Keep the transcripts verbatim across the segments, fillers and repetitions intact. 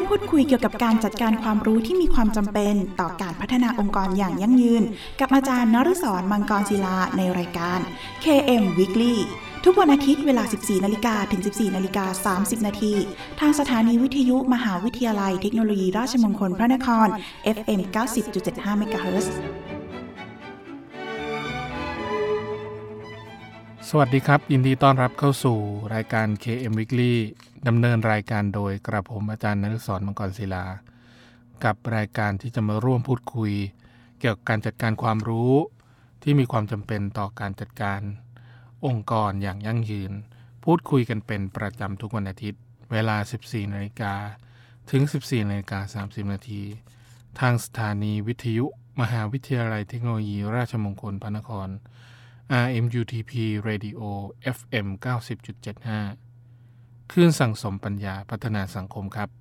พูดคุยเกี่ยวกับการจัดการความรู้ที่มีความจำเป็นต่อการพัฒนาองค์กรอย่างยั่งยืนกับอาจารย์นฤศร มังกรศิลาในรายการ เค เอ็ม Weekly ทุกวันอาทิตย์เวลา สิบสี่นาฬิกา ถึง สิบสี่นาฬิกาสามสิบนาทีทางสถานีวิทยุมหาวิทยาลัยเทคโนโลยีราชมงคลพระนคร เอฟ เอ็ม เก้าสิบจุดเจ็ดห้า เมกะเฮิรตซ์สวัสดีครับยินดีต้อนรับเข้าสู่รายการ เค เอ็ม Weekly ดำเนินรายการโดยกระผมอาจารย์นฤศร มังกรศิลากับรายการที่จะมาร่วมพูดคุยเกี่ยวกับการจัดการความรู้ที่มีความจำเป็นต่อการจัดการองค์กรอย่างยั่งยืนพูดคุยกันเป็นประจำทุกวันอาทิตย์เวลา สิบสี่นาฬิกา ถึง สิบสี่นาฬิกาสามสิบนาทีทางสถานีวิทยุมหาวิทยาลัยเทคโนโลยีราชมงคลพระนคร อาร์ เอ็ม ยู ที พี Radio เอฟ เอ็ม เก้าสิบจุดเจ็ดห้า คลื่นสั่งสมปัญญาพัฒนาสังคมครับ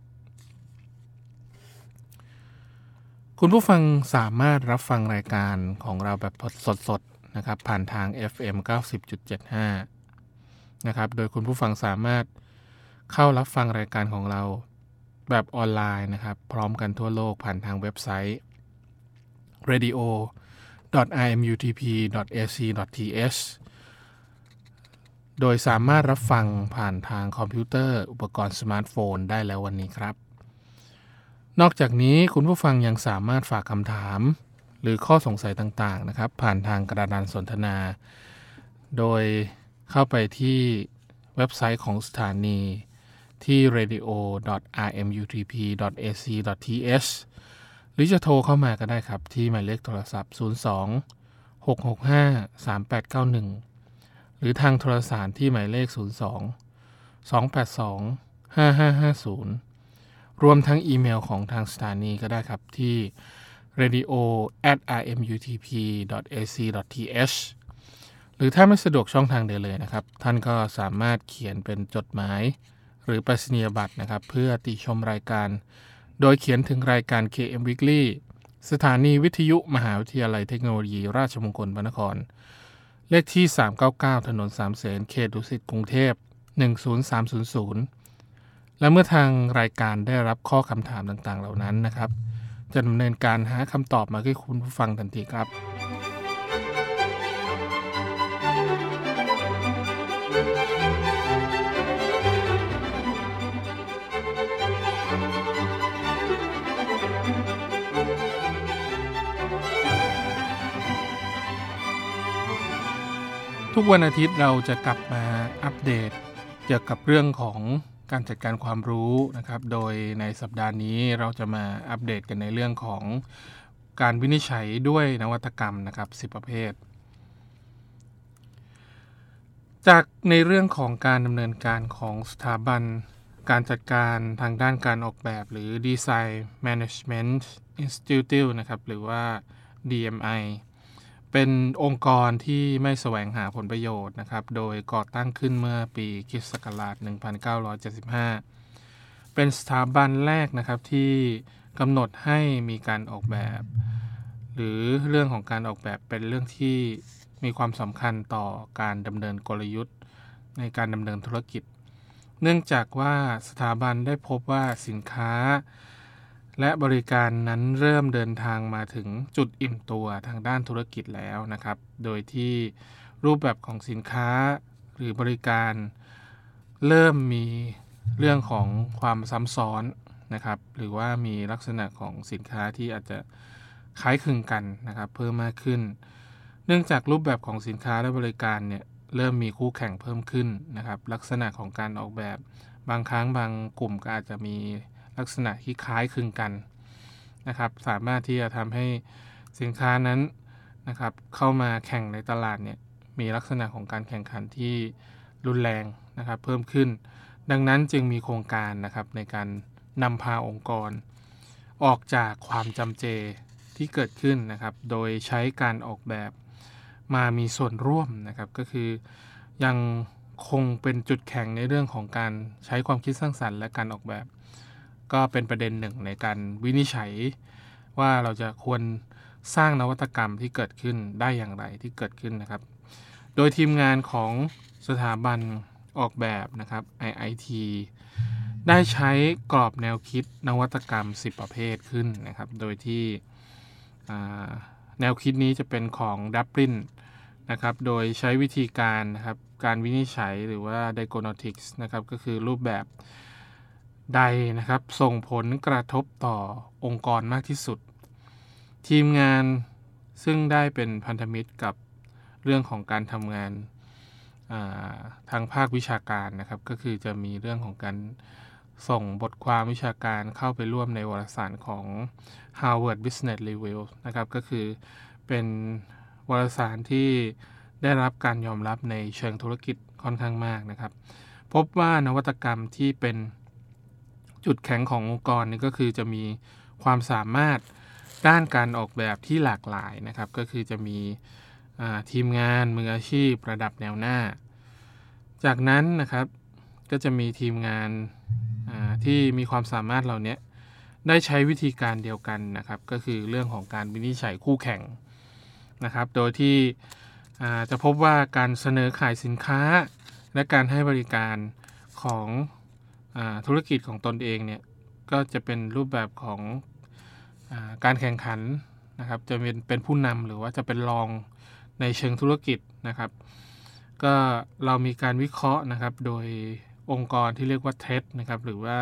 คุณผู้ฟังสามารถรับฟังรายการของเราแบบสดๆนะครับผ่านทาง เอฟ เอ็ม เก้าสิบจุดเจ็ดห้า นะครับโดยคุณผู้ฟังสามารถเข้ารับฟังรายการของเราแบบออนไลน์นะครับพร้อมกันทั่วโลกผ่านทางเว็บไซต์ radioดอท อาร์ เอ็ม ยู ที พี ดอท เอ ซี ดอท ที เอช โดยสามารถรับฟังผ่านทางคอมพิวเตอร์อุปกรณ์สมาร์ทโฟนได้แล้ววันนี้ครับนอกจากนี้คุณผู้ฟังยังสามารถฝากคำถามหรือข้อสงสัยต่างๆนะครับผ่านทางกระดานสนทนาโดยเข้าไปที่เว็บไซต์ของสถานีที่ radio ดอท อาร์ เอ็ม ยู ที พี ดอท เอ ซี ดอท ที เอช หรือจะโทรเข้ามาก็ได้ครับที่หมายเลขโทรศัพท์ ศูนย์ สอง หก หก ห้า สาม แปด เก้า หนึ่ง หรือทางโทรศัพท์ที่หมายเลข ศูนย์ สอง สอง แปด สอง ห้า ห้า ห้า ศูนย์ รวมทั้งอีเมลของทางสถานีก็ได้ครับที่ radio แอท อาร์ เอ็ม ยู ที พี ดอท เอ ซี ดอท ที เอช หรือถ้าไม่สะดวกช่องทางใดเลยนะครับท่านก็สามารถเขียนเป็นจดหมายหรือไปรษณียบัตรนะครับเพื่อติชมรายการโดยเขียนถึงรายการ เค เอ็ม Weekly สถานีวิทยุมหาวิทยาลัยเทคโนโลยีราชมงคลพระนครเลขที่สามเก้าเก้าถนนสามเสนเขตดุสิตกรุงเทพหนึ่ง ศูนย์ สาม ศูนย์ ศูนย์และเมื่อทางรายการได้รับข้อคำถามต่างๆเหล่านั้นนะครับจะดำเนินการหาคำตอบมาให้คุณผู้ฟังทันทีครับทุกวันอาทิตย์เราจะกลับมาอัปเดตเกี่ยวกับเรื่องของการจัดการความรู้นะครับโดยในสัปดาห์นี้เราจะมาอัปเดตกันในเรื่องของการวินิจฉัยด้วยนวัตกรรมนะครับสิบประเภทจากในเรื่องของการดำเนินการของสถาบันการจัดการทางด้านการออกแบบหรือ Design Management Institute นะครับหรือว่า ดี เอ็ม ไอเป็นองค์กรที่ไม่แสวงหาผลประโยชน์นะครับโดยก่อตั้งขึ้นเมื่อปีคริสต์ศักราชหนึ่งพันเก้าร้อยเจ็ดสิบห้าเป็นสถาบันแรกนะครับที่กำหนดให้มีการออกแบบหรือเรื่องของการออกแบบเป็นเรื่องที่มีความสำคัญต่อการดำเนินกลยุทธ์ในการดำเนินธุรกิจเนื่องจากว่าสถาบันได้พบว่าสินค้าและบริการนั้นเริ่มเดินทางมาถึงจุดอิ่มตัวทางด้านธุรกิจแล้วนะครับโดยที่รูปแบบของสินค้าหรือบริการเริ่มมีเรื่องของความซ้ำซ้อนนะครับหรือว่ามีลักษณะของสินค้าที่อาจจะคล้ายคลึงกันนะครับเพิ่มมากขึ้นเนื่องจากรูปแบบของสินค้าและบริการเนี่ยเริ่มมีคู่แข่งเพิ่มขึ้นนะครับลักษณะของการออกแบบบางครั้งบางกลุ่มก็อาจจะมีลักษณะที่คล้ายคลึงกันนะครับสามารถที่จะทำให้สินค้านั้นนะครับเข้ามาแข่งในตลาดเนี่ยมีลักษณะของการแข่งขันที่รุนแรงนะครับเพิ่มขึ้นดังนั้นจึงมีโครงการนะครับในการนำพาองค์กรออกจากความจำเจที่เกิดขึ้นนะครับโดยใช้การออกแบบมามีส่วนร่วมนะครับก็คือยังคงเป็นจุดแข็งในเรื่องของการใช้ความคิดสร้างสรรค์และการออกแบบก็เป็นประเด็นหนึ่งในการวินิจฉัยว่าเราจะควรสร้างนวัตกรรมที่เกิดขึ้นได้อย่างไรที่เกิดขึ้นนะครับโดยทีมงานของสถาบันออกแบบนะครับ ไอ ไอ ทีได้ใช้กรอบแนวคิดนวัตกรรมสิบประเภทขึ้นนะครับโดยที่แนวคิดนี้จะเป็นของดับลินนะครับโดยใช้วิธีการนะครับการวินิจฉัยหรือว่า diagnostics นะครับก็คือรูปแบบใดนะครับส่งผลกระทบต่อองค์กรมากที่สุดทีมงานซึ่งได้เป็นพันธมิตรกับเรื่องของการทำงานทางภาควิชาการนะครับก็คือจะมีเรื่องของการส่งบทความวิชาการเข้าไปร่วมในวารสารของ Harvard Business Review นะครับก็คือเป็นวารสารที่ได้รับการยอมรับในเชิงธุรกิจค่อนข้างมากนะครับพบว่านวัตกรรมที่เป็นจุดแข็งขององค์กรนี่ก็คือจะมีความสามารถด้านการออกแบบที่หลากหลายนะครับก็คือจะมีทีมงานมืออาชีพระดับแนวหน้าจากนั้นนะครับก็จะมีทีมงานที่มีความสามารถเหล่านี้ได้ใช้วิธีการเดียวกันนะครับก็คือเรื่องของการวินิจฉัยคู่แข่งนะครับโดยที่จะพบว่าการเสนอขายสินค้าและการให้บริการของธุรกิจของตนเองเนี่ยก็จะเป็นรูปแบบของการแข่งขันนะครับจะเป็นเป็นผู้นำหรือว่าจะเป็นรองในเชิงธุรกิจนะครับก็เรามีการวิเคราะห์นะครับโดยองค์กรที่เรียกว่า ที อี ดี นะครับหรือว่า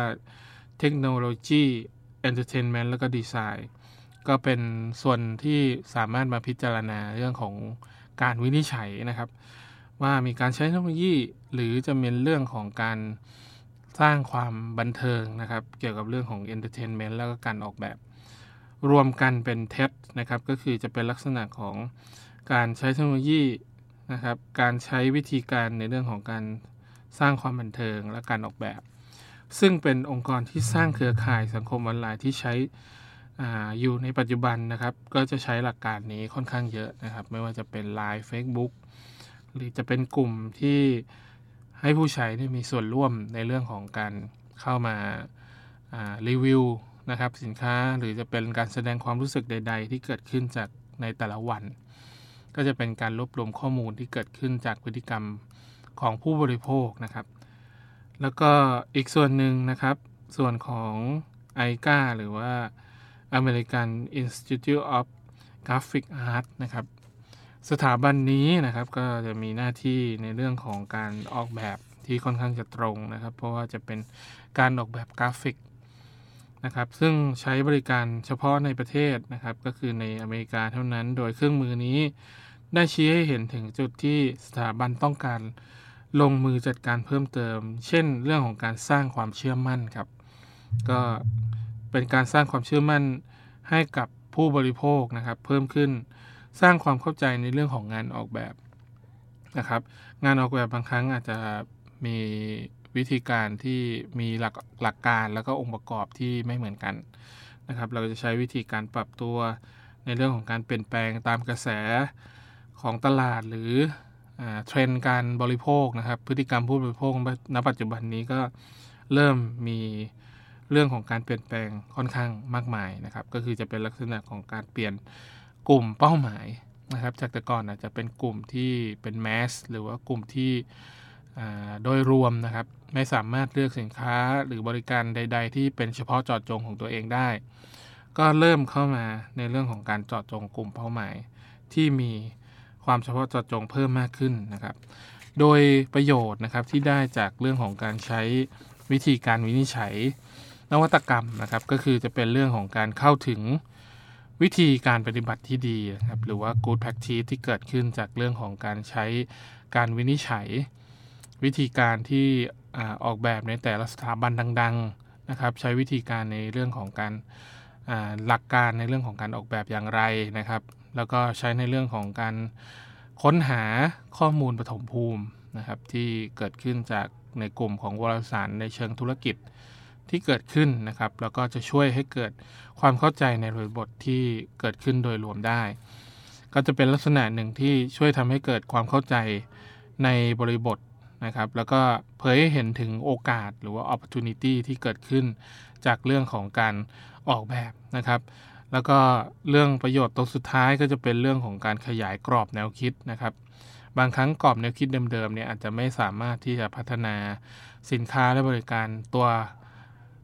Technology Entertainment แล้วก็ Design ก็เป็นส่วนที่สามารถมาพิจารณาเรื่องของการวินิจฉัยนะครับว่ามีการใช้เทคโนโลยีหรือจะเป็นเรื่องของการสร้างความบันเทิงนะครับเกี่ยวกับเรื่องของ Entertainment แล้วก็การออกแบบรวมกันเป็น ที อี ดี นะครับก็คือจะเป็นลักษณะของการใช้เทคโนโลยีนะครับการใช้วิธีการในเรื่องของการสร้างความบันเทิงและการออกแบบซึ่งเป็นองค์กรที่สร้างเครือข่ายสังคมออนไลน์ที่ใช้อ่าอยู่ในปัจจุบันนะครับก็จะใช้หลักการนี้ค่อนข้างเยอะนะครับไม่ว่าจะเป็น ไลน์ Facebook หรือจะเป็นกลุ่มที่ให้ผู้ใช้ได้มีส่วนร่วมในเรื่องของการเข้ามาอ่ารีวิวนะครับสินค้าหรือจะเป็นการแสดงความรู้สึกใดๆที่เกิดขึ้นจากในแต่ละวันก็จะเป็นการรวบรวมข้อมูลที่เกิดขึ้นจากพฤติกรรมของผู้บริโภคนะครับแล้วก็อีกส่วนหนึ่งนะครับส่วนของ ไอ ซี เอ หรือว่า American Institute of Graphic Art นะครับสถาบันนี้นะครับก็จะมีหน้าที่ในเรื่องของการออกแบบที่ค่อนข้างจะตรงนะครับเพราะว่าจะเป็นการออกแบบกราฟิกนะครับซึ่งใช้บริการเฉพาะในประเทศนะครับก็คือในอเมริกาเท่านั้นโดยเครื่องมือนี้ได้ชี้ให้เห็นถึงจุดที่สถาบันต้องการลงมือจัดการเพิ่มเติมเช่นเรื่องของการสร้างความเชื่อมั่นครับก็เป็นการสร้างความเชื่อมั่นให้กับผู้บริโภคนะครับเพิ่มขึ้นสร้างความเข้าใจในเรื่องของงานออกแบบนะครับงานออกแบบบางครั้งอาจจะมีวิธีการที่มีหลักหลักการแล้วก็องค์ประกอบที่ไม่เหมือนกันนะครับเราจะใช้วิธีการปรับตัวในเรื่องของการเปลี่ยนแปลงตามกระแสของตลาดหรือเทรนด์การบริโภคนะครับพฤติกรรมผู้บริโภคณปัจจุบันนี้ก็เริ่มมีเรื่องของการเปลี่ยนแปลงค่อนข้างมากมายนะครับก็คือจะเป็นลักษณะของการเปลี่ยนกลุ่มเป้าหมายนะครับจากแต่ก่อนอาจจะเป็นกลุ่มที่เป็นแมสหรือว่ากลุ่มที่โดยรวมนะครับไม่สามารถเลือกสินค้าหรือบริการใดๆที่เป็นเฉพาะเจาะจงของตัวเองได้ก็เริ่มเข้ามาในเรื่องของการเจาะจงกลุ่มเป้าหมายที่มีความเฉพาะเจาะจงเพิ่มมากขึ้นนะครับโดยประโยชน์นะครับที่ได้จากเรื่องของการใช้วิธีการวินิจฉัยนวัตกรรมนะครับก็คือจะเป็นเรื่องของการเข้าถึงวิธีการปฏิบัติที่ดีนะครับหรือว่า good practice ที่เกิดขึ้นจากเรื่องของการใช้การวินิจฉัยวิธีการที่อ่าออกแบบในแต่ละสถาบันดังๆนะครับใช้วิธีการในเรื่องของการอ่าหลักการในเรื่องของการออกแบบอย่างไรนะครับแล้วก็ใช้ในเรื่องของการค้นหาข้อมูลปฐมภูมินะครับที่เกิดขึ้นจากในกลุ่มของวารสารในเชิงธุรกิจที่เกิดขึ้นนะครับแล้วก็จะช่วยให้เกิดความเข้าใจในบริบทที่เกิดขึ้นโดยรวมได้ก็จะเป็นลักษณะหนึ่งที่ช่วยทำให้เกิดความเข้าใจในบริบทนะครับแล้วก็เผยให้เห็นถึงโอกาสหรือว่า opportunity ที่เกิดขึ้นจากเรื่องของการออกแบบนะครับแล้วก็เรื่องประโยชน์ตรงสุดท้ายก็จะเป็นเรื่องของการขยายกรอบแนวคิดนะครับบางครั้งกรอบแนวคิดเดิมๆเนี่ยอาจจะไม่สามารถที่จะพัฒนาสินค้าและบริการตัว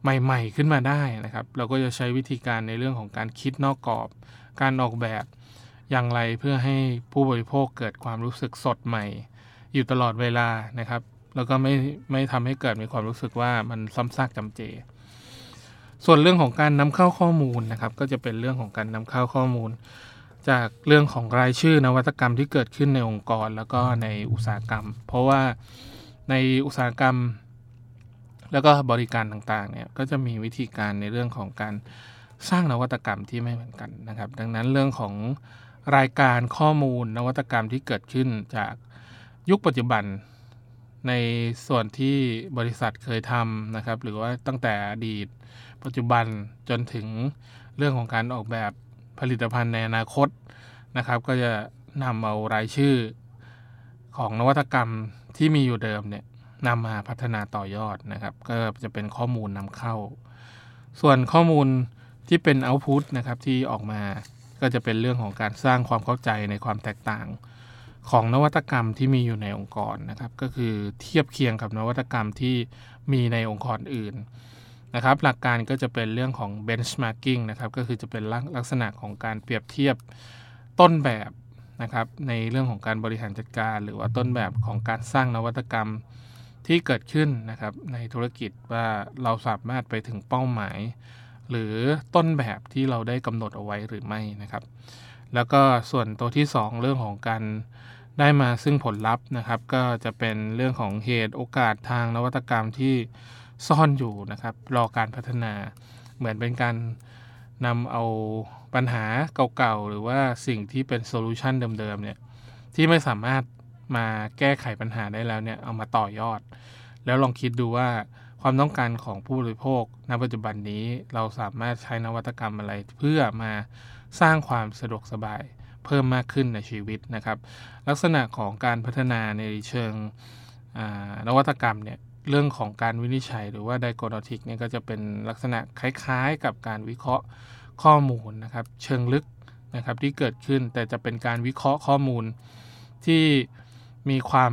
ใหม่ๆขึ้นมาได้นะครับเราก็จะใช้วิธีการในเรื่องของการคิดนอกกรอบการออกแบบอย่างไรเพื่อให้ผู้บริโภคเกิดความรู้สึกสดใหม่อยู่ตลอดเวลานะครับแล้วก็ไม่ไม่ทำให้เกิดมีความรู้สึกว่ามันซ้ำซากจำเจส่วนเรื่องของการนำเข้าข้อมูลนะครับก็จะเป็นเรื่องของการนำเข้าข้อมูลจากเรื่องของรายชื่อนวัตกรรมที่เกิดขึ้นในองค์กรแล้วก็ในอุตสาหกรรมเพราะว่าในอุตสาหกรรมแล้วก็บริการต่างๆเนี่ยก็จะมีวิธีการในเรื่องของการสร้างนวัตกรรมที่ไม่เหมือนกันนะครับดังนั้นเรื่องของรายการข้อมูลนวัตกรรมที่เกิดขึ้นจากยุคปัจจุบันในส่วนที่บริษัทเคยทำนะครับหรือว่าตั้งแต่อดีตปัจจุบันจนถึงเรื่องของการออกแบบผลิตภัณฑ์ในอนาคตนะครับก็จะนำเอารายชื่อของนวัตกรรมที่มีอยู่เดิมเนี่ยนำมาพัฒนาต่อยอดนะครับก็จะเป็นข้อมูลนำเข้าส่วนข้อมูลที่เป็น output นะครับที่ออกมาก็จะเป็นเรื่องของการสร้างความเข้าใจในความแตกต่างของนวัตกรรมที่มีอยู่ในองค์กรนะครับก็คือเทียบเคียงกับนวัตกรรมที่มีในองค์กรอื่นนะครับหลักการก็จะเป็นเรื่องของ benchmarking นะครับก็คือจะเป็นลักษณะของการเปรียบเทียบต้นแบบนะครับในเรื่องของการบริหารจัดการหรือว่าต้นแบบของการสร้างนวัตกรรมที่เกิดขึ้นนะครับในธุรกิจว่าเราสามารถไปถึงเป้าหมายหรือต้นแบบที่เราได้กำหนดเอาไว้หรือไม่นะครับแล้วก็ส่วนตัวที่สองเรื่องของการได้มาซึ่งผลลัพธ์นะครับก็จะเป็นเรื่องของเหตุโอกาสทางนวัตกรรมที่ซ่อนอยู่นะครับรอการพัฒนาเหมือนเป็นการนำเอาปัญหาเก่าๆหรือว่าสิ่งที่เป็นโซลูชันเดิมๆเนี่ยที่ไม่สามารถมาแก้ไขปัญหาได้แล้วเนี่ยเอามาต่อยอดแล้วลองคิดดูว่าความต้องการของผู้บริโภคณปัจจุบันนี้เราสามารถใช้นวัตกรรมอะไรเพื่อมาสร้างความสะดวกสบายเพิ่มมากขึ้นในชีวิตนะครับลักษณะของการพัฒนาในเชิงนวัตกรรมเนี่ยเรื่องของการวินิจฉัยหรือว่า diagnostic เนี่ยก็จะเป็นลักษณะคล้ายๆกับการวิเคราะห์ข้อมูลนะครับเชิงลึกนะครับที่เกิดขึ้นแต่จะเป็นการวิเคราะห์ข้อมูลที่มีความ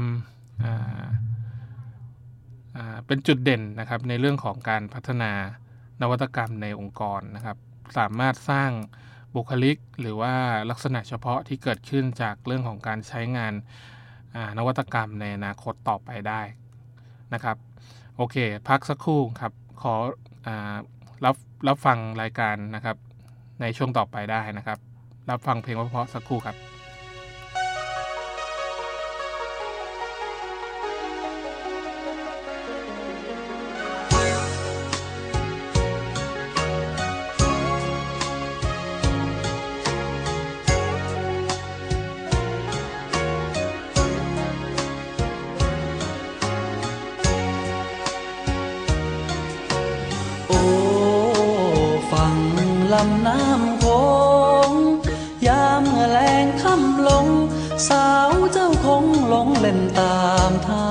เป็นจุดเด่นนะครับในเรื่องของการพัฒนานวัตกรรมในองค์กรนะครับสามารถสร้างบุคลิกหรือว่าลักษณะเฉพาะที่เกิดขึ้นจากเรื่องของการใช้งานนวัตกรรมในอนาคตต่อไปได้นะครับโอเคพักสักครู่ครับขออ่ารับรับฟังรายการนะครับในช่วงต่อไปได้นะครับรับฟังเพลงเพราะๆสักครู่ครับลำน้ำโขงยามเมื่อแลงค่ำลงสาวเจ้าคงหลงเล่นตามท่า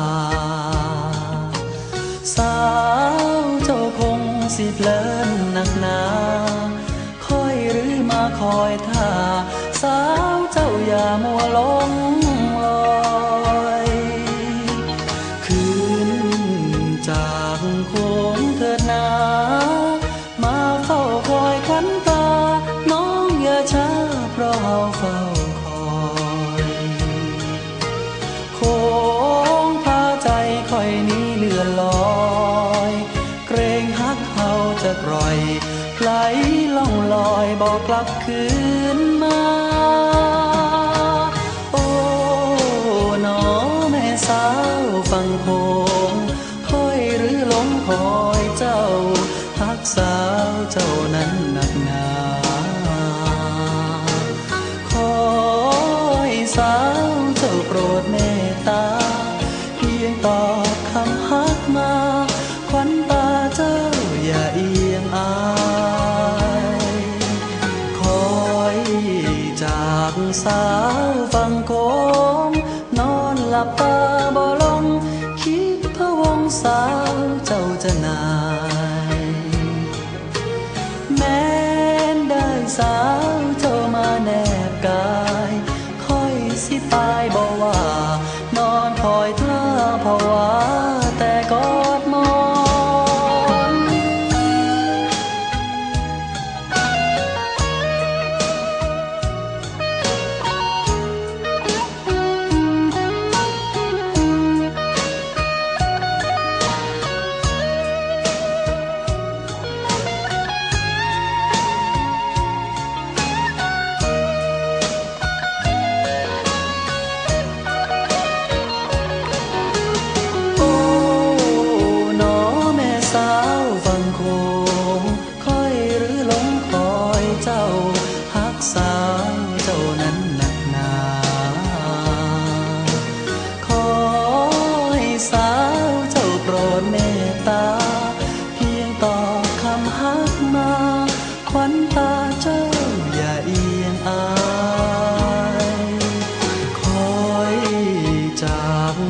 สาวเจ้าคงสิเพลินหนักหนาคอยหรือมาคอยท่าสาวเจ้าอย่ามัวหลงลอยคืนจากโขงเถิดนามาเฝ้าคอยควันตาน้องอย่าช้าเพราะเฮาเฝ้าคอยโขงพาใจค่อยนี้เลื่อนลอยเกรงฮักเฮาจะปล่อยไหลล่องลอยบอกกลับคืนมาโอ้น้อแม่สาวฟังโขงคอยหรือหลงคอยเจ้าฮักสาวเจ้านั้นหนักหนาคอยสาวเจ้าโปรดเมตตาเพียงตอบคำฮักมาขวัญตาเจ้าอย่าเอียงอายคอยจากสาวฟังโขงนอนหลับตาบ่ลงคิดพะวงสาวเจ้าจะนายแม้นได้สาวเจ้ามาแนบกายค่อยสิตายบ่ว่านอนคอยท่าภาวะแต่กอดมอน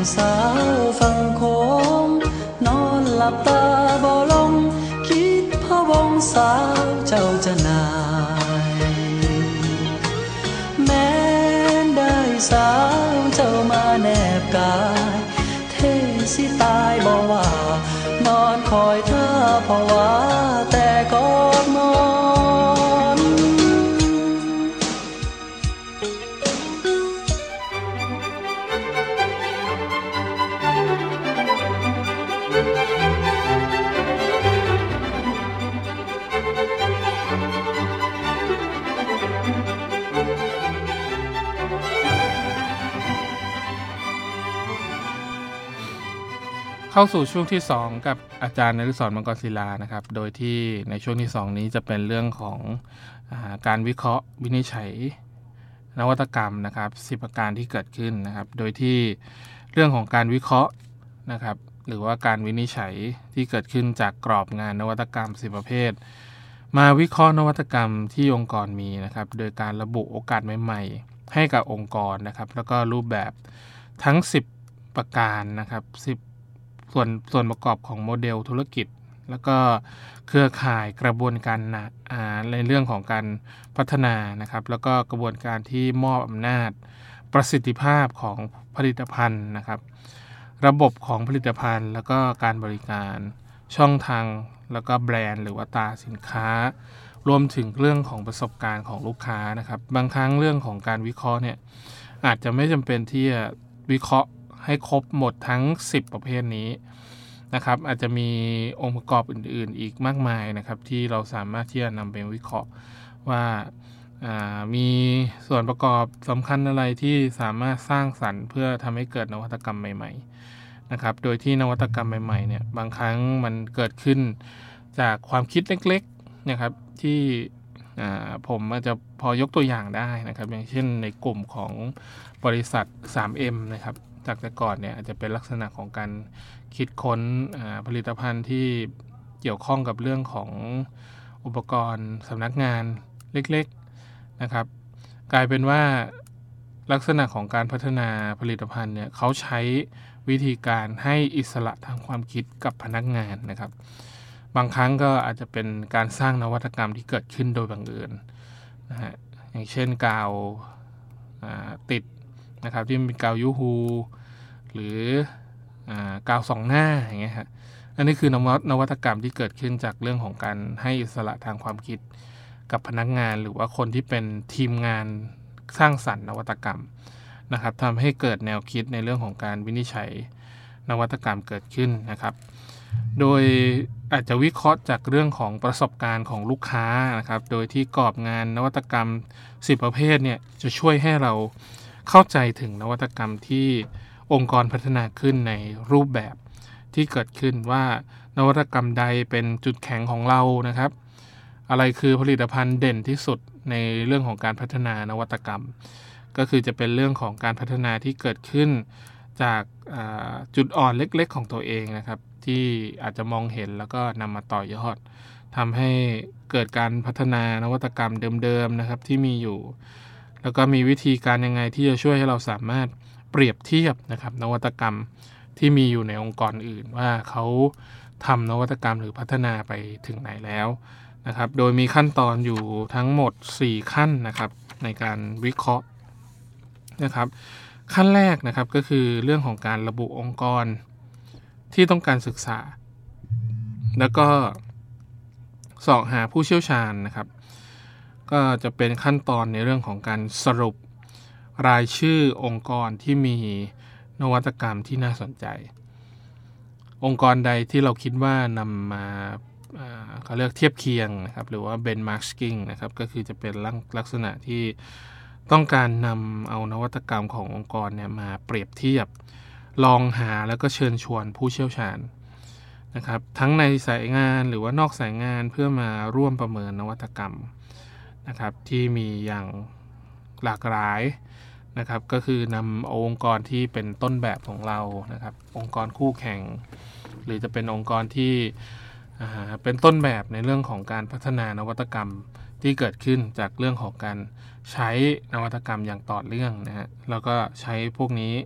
สาวฟังโค้งนอนหลับตาบ่ลงคิดพะวงสาวเจ้าจะนายแม้ได้สาวเจ้ามาแนบกายเทสิตายบ่ว่านอนคอยเธอเพราะว่าแต่กอดมอนเข้าสู่ช่วงที่สองกับอาจารย์นฤศร มังกรศิลานะครับโดยที่ในช่วงที่สองนี้จะเป็นเรื่องของอ่าการวิเคราะห์วินิจฉัยนวัตกรรมนะครับสิบประการที่เกิดขึ้นนะครับโดยที่เรื่องของการวิเคราะห์นะครับหรือว่าการวินิจฉัยที่เกิดขึ้นจากกรอบงานนวัตกรรมสิบประเภทมาวิเคราะห์นวัตกรรมที่องค์กรมีนะครับโดยการระบุโอกาสใหม่ๆให้กับองค์กรนะครับแล้วก็รูปแบบทั้งสิบประการนะครับสิบส่วนส่วนประกอบของโมเดลธุรกิจแล้วก็เครือข่ายกระบวนการนะในเรื่องของการพัฒนานะครับแล้วก็กระบวนการที่มอบอำนาจประสิทธิภาพของผลิตภัณฑ์นะครับระบบของผลิตภัณฑ์แล้วก็การบริการช่องทางแล้วก็แบรนด์หรือว่าตราสินค้ารวมถึงเรื่องของประสบการณ์ของลูกค้านะครับบางครั้งเรื่องของการวิเคราะห์เนี่ยอาจจะไม่จำเป็นที่จะวิเคราะห์ให้ครบหมดทั้งสิบประเภทนี้นะครับอาจจะมีองค์ประกอบอื่นๆอีกมากมายนะครับที่เราสามารถที่จะนำไปวิเคราะห์ว่ามีส่วนประกอบสำคัญอะไรที่สามารถสร้างสรรค์เพื่อทำให้เกิดนวัตกรรมใหม่ๆนะครับโดยที่นวัตกรรมใหม่ๆเนี่ยบางครั้งมันเกิดขึ้นจากความคิดเล็กๆนะครับที่ผมอาจจะพอยกตัวอย่างได้นะครับอย่างเช่นในกลุ่มของบริษัท ทรี เอ็ม นะครับจากแต่ก่อนเนี่ยอาจจะเป็นลักษณะของการคิดค้นผลิตภัณฑ์ที่เกี่ยวข้องกับเรื่องของอุปกรณ์สำนักงานเล็กๆนะครับกลายเป็นว่าลักษณะของการพัฒนาผลิตภัณฑ์เนี่ยเขาใช้วิธีการให้อิสระทางความคิดกับพนักงานนะครับบางครั้งก็อาจจะเป็นการสร้างนวัตกรรมที่เกิดขึ้นโดยบังเอิญนะฮะอย่างเช่นกาวติดนะครับที่เป็นกาวยูฮูหรือกาวสองหน้าอย่างเงี้ยฮะอันนี้คือนวัตกรรมที่เกิดขึ้นจากเรื่องของการให้อิสระทางความคิดกับพนักงานหรือว่าคนที่เป็นทีมงานสร้างสรรค์นวัตกรรมนะครับทำให้เกิดแนวคิดในเรื่องของการวินิจฉัยนวัตกรรมเกิดขึ้นนะครับโดยอาจจะวิเคราะห์จากเรื่องของประสบการณ์ของลูกค้านะครับโดยที่กรอบงานนวัตกรรมสิบประเภทเนี่ยจะช่วยให้เราเข้าใจถึงนวัตกรรมที่องค์กรพัฒนาขึ้นในรูปแบบที่เกิดขึ้นว่านวัตกรรมใดเป็นจุดแข็งของเรานะครับอะไรคือผลิตภัณฑ์เด่นที่สุดในเรื่องของการพัฒนานวัตกรรมก็คือจะเป็นเรื่องของการพัฒนาที่เกิดขึ้นจากจุดอ่อนเล็กๆของตัวเองนะครับที่อาจจะมองเห็นแล้วก็นำมาต่อยอดทำให้เกิดการพัฒนานวัตกรรมเดิมๆนะครับที่มีอยู่แล้วก็มีวิธีการยังไงที่จะช่วยให้เราสามารถเปรียบเทียบนะครับนวัตกรรมที่มีอยู่ในองค์กรอื่นว่าเขาทำนวัตกรรมหรือพัฒนาไปถึงไหนแล้วนะครับโดยมีขั้นตอนอยู่ทั้งหมดสี่ขั้นนะครับในการวิเคราะห์นะครับขั้นแรกนะครับก็คือเรื่องของการระบุองค์กรที่ต้องการศึกษาแล้วก็เสาะหาผู้เชี่ยวชาญนะครับก็จะเป็นขั้นตอนในเรื่องของการสรุปรายชื่อองค์กรที่มีนวัตกรรมที่น่าสนใจองค์กรใดที่เราคิดว่านำมาเขาเรียกเทียบเคียงนะครับหรือว่า benchmarking นะครับก็คือจะเป็นลักษณะที่ต้องการนำเอานวัตกรรมขององค์กรเนี่ยมาเปรียบเทียบลองหาแล้วก็เชิญชวนผู้เชี่ยวชาญนะครับทั้งในสายงานหรือว่านอกสายงานเพื่อมาร่วมประเมินนวัตกรรมนะครับที่มีอย่างหลากหลายนะครับก็คือนำองค์กรที่เป็นต้นแบบของเรานะครับองค์กรคู่แข่งหรือจะเป็นองค์กรที่เป็นต้นแบบในเรื่องของการพัฒนานวัตกรรมที่เกิดขึ้นจากเรื่องของการใช้นวัตกรรมอย่างต่อเนื่องนะฮะแล้วก็ใช้พวกนี้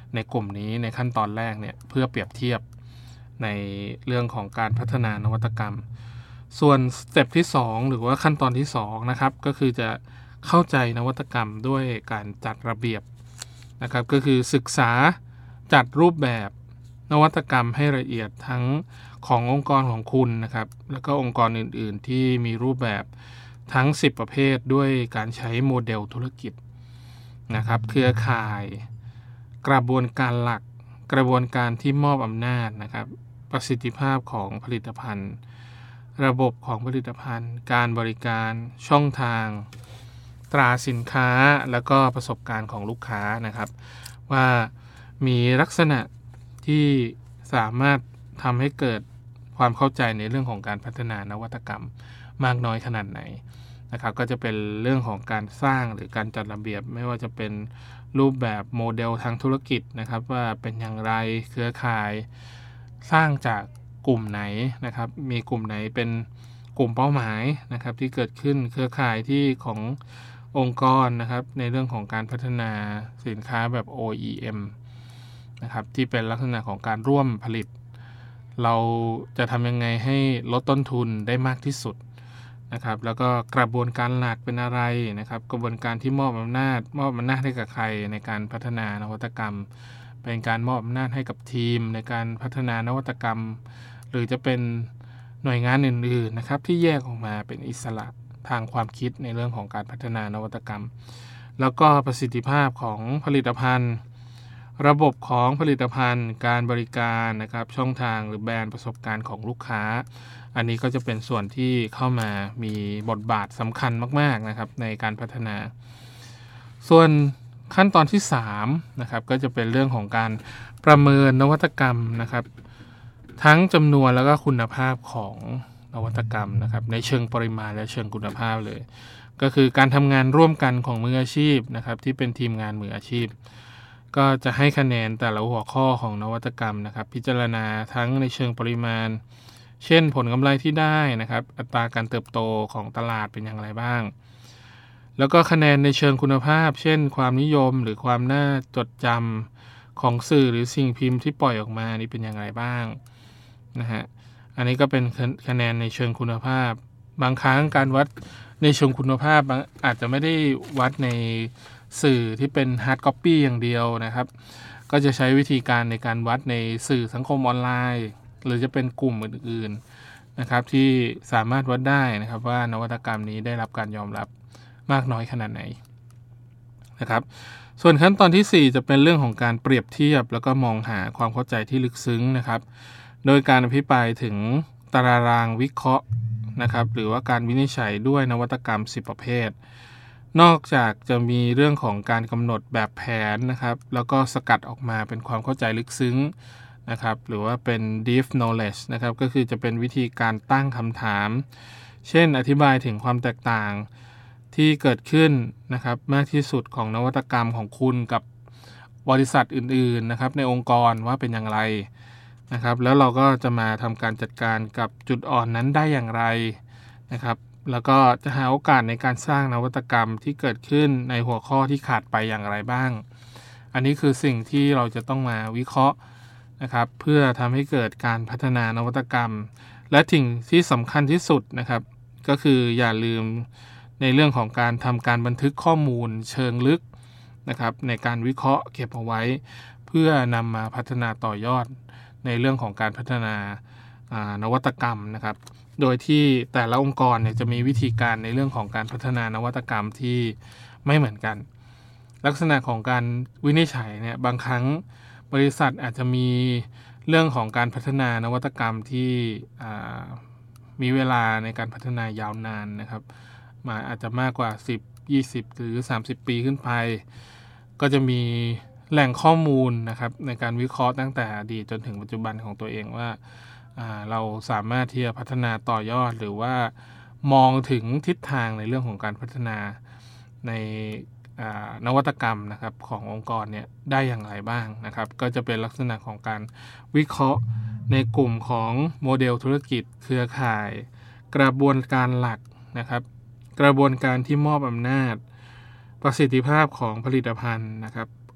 ในกลุ่มนี้ในขั้นตอนแรกเนี่ยเพื่อเปรียบเทียบในเรื่องของการพัฒนานวัตกรรมส่วนสเต็ปที่สองหรือว่าขั้นตอนที่สองนะครับก็คือจะเข้าใจนวัตกรรมด้วยการจัดระเบียบนะครับก็คือศึกษาจัดรูปแบบนวัตกรรมให้ละเอียดทั้งขององค์กรของคุณนะครับแล้วก็องค์กรอื่นๆที่มีรูปแบบทั้งสิบประเภทด้วยการใช้โมเดลธุรกิจนะครับเครือข่ายกระบวนการหลักกระบวนการที่มอบอำนาจนะครับประสิทธิภาพของผลิตภัณฑ์ระบบของผลิตภัณฑ์การบริการช่องทางตราสินค้าแล้วก็ประสบการณ์ของลูกค้านะครับว่ามีลักษณะที่สามารถทำให้เกิดความเข้าใจในเรื่องของการพัฒนานวัตกรรมมากน้อยขนาดไหนนะครับก็จะเป็นเรื่องของการสร้างหรือการจัดระเบียบไม่ว่าจะเป็นรูปแบบโมเดลทางธุรกิจนะครับว่าเป็นอย่างไรเครือข่ายสร้างจากกลุ่มไหนนะครับมีกลุ่มไหนเป็นกลุ่มเป้าหมายนะครับที่เกิดขึ้นเครือข่ายที่ขององค์กรนะครับในเรื่องของการพัฒนาสินค้าแบบ โอ อี เอ็ม นะครับที่เป็นลักษณะของการร่วมผลิตเราจะทำยังไงให้ลดต้นทุนได้มากที่สุดนะครับแล้วก็กระบวนการหลักเป็นอะไรนะครับกระบวนการที่มอบอำนาจมอบอำนาจให้กับใครในการพัฒนานวัตกรรมเป็นการมอบอำนาจให้กับทีมในการพัฒนานวัตกรรมหรือจะเป็นหน่วยงานอื่นๆนะครับที่แยกออกมาเป็นอิสระทางความคิดในเรื่องของการพัฒนานวัตกรรมแล้วก็ประสิทธิภาพของผลิตภัณฑ์ระบบของผลิตภัณฑ์การบริการนะครับช่องทางหรือแบรนด์ประสบการณ์ของลูกค้าอันนี้ก็จะเป็นส่วนที่เข้ามามีบทบาทสำคัญมากๆนะครับในการพัฒนาส่วนขั้นตอนที่สามนะครับก็จะเป็นเรื่องของการประเมินนวัตกรรมนะครับทั้งจำนวนแล้วก็คุณภาพของนวัตกรรมนะครับในเชิงปริมาณและเชิงคุณภาพเลยก็คือการทำงานร่วมกันของมืออาชีพนะครับที่เป็นทีมงานมืออาชีพก็จะให้คะแนนแต่ละหัวข้อของนวัตกรรมนะครับพิจารณาทั้งในเชิงปริมาณเช่นผลกำไรที่ได้นะครับอัตราการเติบโตของตลาดเป็นอย่างไรบ้างแล้วก็คะแนนในเชิงคุณภาพเช่นความนิยมหรือความน่าจดจำของสื่อหรือสิ่งพิมพ์ที่ปล่อยออกมานี่เป็นอย่างไรบ้างนะฮะอันนี้ก็เป็นคะแนนในเชิงคุณภาพบางครั้งการวัดในเชิงคุณภาพอาจจะไม่ได้วัดในสื่อที่เป็น hard copy อย่างเดียวนะครับก็จะใช้วิธีการในการวัดในสื่อสังคมออนไลน์หรือจะเป็นกลุ่มอื่นๆนะครับที่สามารถวัดได้นะครับว่านวัตกรรมนี้ได้รับการยอมรับมากน้อยขนาดไหนนะครับส่วนขั้นตอนที่สี่จะเป็นเรื่องของการเปรียบเทียบแล้วก็มองหาความเข้าใจที่ลึกซึ้งนะครับโดยการอภิปรายถึงตารางวิเคราะห์นะครับหรือว่าการวินิจฉัยด้วยนวัตกรรมสิบประเภทนอกจากจะมีเรื่องของการกำหนดแบบแผนนะครับแล้วก็สกัดออกมาเป็นความเข้าใจลึกซึ้งนะครับหรือว่าเป็น deep knowledge นะครับก็คือจะเป็นวิธีการตั้งคำถามเช่นอธิบายถึงความแตกต่างที่เกิดขึ้นนะครับมากที่สุดของนวัตกรรมของคุณกับบริษัทอื่นๆนะครับในองค์กรว่าเป็นอย่างไรนะครับแล้วเราก็จะมาทำการจัดการกับจุดอ่อนนั้นได้อย่างไรนะครับแล้วก็จะหาโอกาสในการสร้างนวัตกรรมที่เกิดขึ้นในหัวข้อที่ขาดไปอย่างไรบ้างอันนี้คือสิ่งที่เราจะต้องมาวิเคราะห์นะครับเพื่อทำให้เกิดการพัฒนานวัตกรรมและสิ่งที่สำคัญที่สุดนะครับก็คืออย่าลืมในเรื่องของการทำการบันทึกข้อมูลเชิงลึกนะครับในการวิเคราะห์เก็บเอาไว้เพื่อนำมาพัฒนาต่อยอดในเรื่องของการพัฒนานวัตกรรมนะครับโดยที่แต่ละองค์กรเนี่ยจะมีวิธีการในเรื่องของการพัฒนานวัตกรรมที่ไม่เหมือนกันลักษณะของการวินิจฉัยเนี่ยบางครั้งบริษัทอาจจะมีเรื่องของการพัฒนานวัตกรรมที่มีเวลาในการพัฒนายาวนานนะครับมาอาจจะมากกว่าสิบ ยี่สิบหรือสามสิบปีขึ้นไปก็จะมีแหล่งข้อมูลนะครับในการวิเคราะห์ตั้งแต่อดีตจนถึงปัจจุบันของตัวเองว่าเราสามารถที่จะพัฒนาต่อยอดหรือว่ามองถึงทิศทางในเรื่องของการพัฒนาในนวัตกรรมนะครับขององค์กรเนี่ยได้อย่างไรบ้างนะครับก็จะเป็นลักษณะของการวิเคราะห์ในกลุ่มของโมเดลธุรกิจเครือข่ายกระบวนการหลักนะครับกระบวนการที่มอบอำนาจประสิทธิภาพของผลิตภัณฑ์นะครับ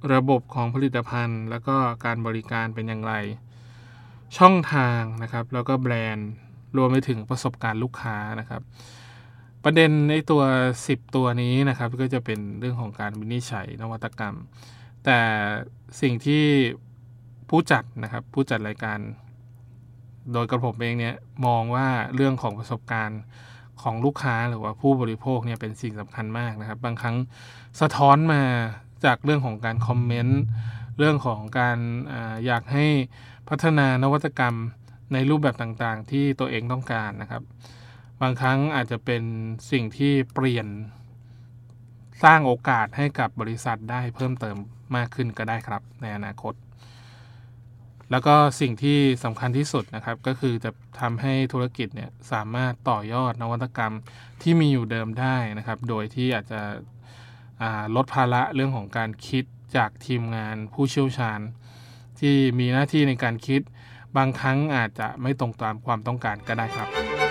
ระบบของผลิตภัณฑ์แล้วก็การบริการเป็นอย่างไรช่องทางนะครับแล้วก็แบรนด์รวมไปถึงประสบการณ์ลูกค้านะครับประเด็นในตัวสิบตัวนี้นะครับก็จะเป็นเรื่องของการวินิจฉัยนวัตกรรมแต่สิ่งที่ผู้จัดนะครับผู้จัดรายการโดยกระผมเองเนี่ยมองว่าเรื่องของประสบการณ์ของลูกค้าหรือว่าผู้บริโภคเนี่ยเป็นสิ่งสำคัญมากนะครับบางครั้งสะท้อนมาจากเรื่องของการคอมเมนต์เรื่องของการอ่าอยากให้พัฒนานวัตกรรมในรูปแบบต่างๆที่ตัวเองต้องการนะครับบางครั้งอาจจะเป็นสิ่งที่เปลี่ยนสร้างโอกาสให้กับบริษัทได้เพิ่มเติมมากขึ้นก็ได้ครับในอนาคตแล้วก็สิ่งที่สำคัญที่สุดนะครับก็คือจะทำให้ธุรกิจเนี่ยสามารถต่อยอดนวัตกรรมที่มีอยู่เดิมได้นะครับโดยที่อาจจะลดภาระเรื่องของการคิดจากทีมงานผู้เชี่ยวชาญที่มีหน้าที่ในการคิดบางครั้งอาจจะไม่ตรงตามความต้องการก็ได้ครับ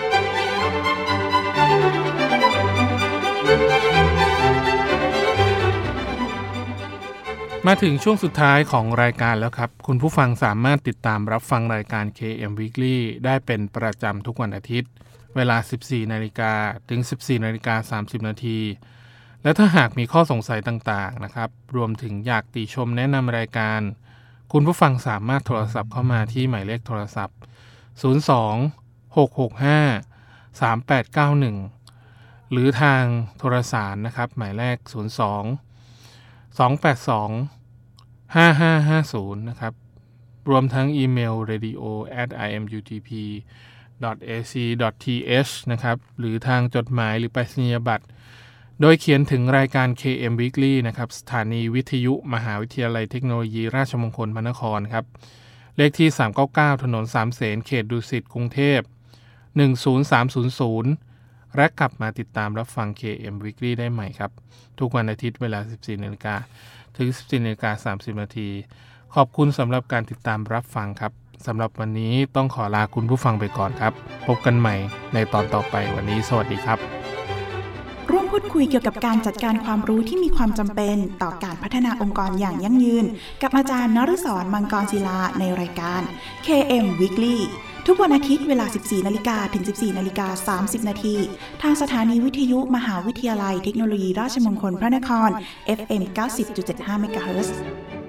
มาถึงช่วงสุดท้ายของรายการแล้วครับคุณผู้ฟังสามารถติดตามรับฟังรายการ เค เอ็ม Weekly ได้เป็นประจำทุกวันอาทิตย์เวลา สิบสี่นาฬิกา ถึง สิบสี่นาฬิกาสามสิบนาทีและถ้าหากมีข้อสงสัยต่างๆนะครับรวมถึงอยากติชมแนะนำรายการคุณผู้ฟังสามารถโทรศัพท์เข้ามาที่หมายเลขโทรศัพท์ศูนย์ สอง หก หก ห้า สาม แปด เก้า หนึ่งหรือทางโทรสารนะครับหมายเลขศูนย์ สอง สอง แปด สอง ห้า ห้า ห้า ศูนย์นะครับรวมทั้งอีเมล radio at i m u t p dot a c dot t h นะครับหรือทางจดหมายหรือไปรษณียบัตรโดยเขียนถึงรายการ เค เอ็ม Weekly นะครับสถานีวิทยุมหาวิทยาลัยเทคโนโลยีราชมงคลพระนครครับเลขที่สามเก้าเก้าถนนสามเสนเขตดุสิตกรุงเทพหนึ่งศูนย์สามศูนย์ศูนย์และกลับมาติดตามรับฟัง เค เอ็ม Weekly ได้ใหม่ครับทุกวันอาทิตย์เวลา สิบสี่นาฬิกา ถึง สิบสี่นาฬิกาสามสิบนาทีขอบคุณสำหรับการติดตามรับฟังครับสำหรับวันนี้ต้องขอลาคุณผู้ฟังไปก่อนครับพบกันใหม่ในตอนต่อไปวันนี้สวัสดีครับร่วมพูดคุยเกี่ยวกับการจัดการความรู้ที่มีความจำเป็นต่อการพัฒนาองค์กรอย่างยั่งยืนกับอาจารย์นฤศรมังกรศิลาในรายการ เค เอ็ม Weekly ทุกวันอาทิตย์เวลา สิบสี่นาฬิกา ถึง สิบสี่นาฬิกาสามสิบนาทีทางสถานีวิทยุมหาวิทยาลัยเทคโนโลยีราชมงคลพระนคร เอฟ เอ็ม เก้าสิบจุดเจ็ดห้า เมกะเฮิรตซ์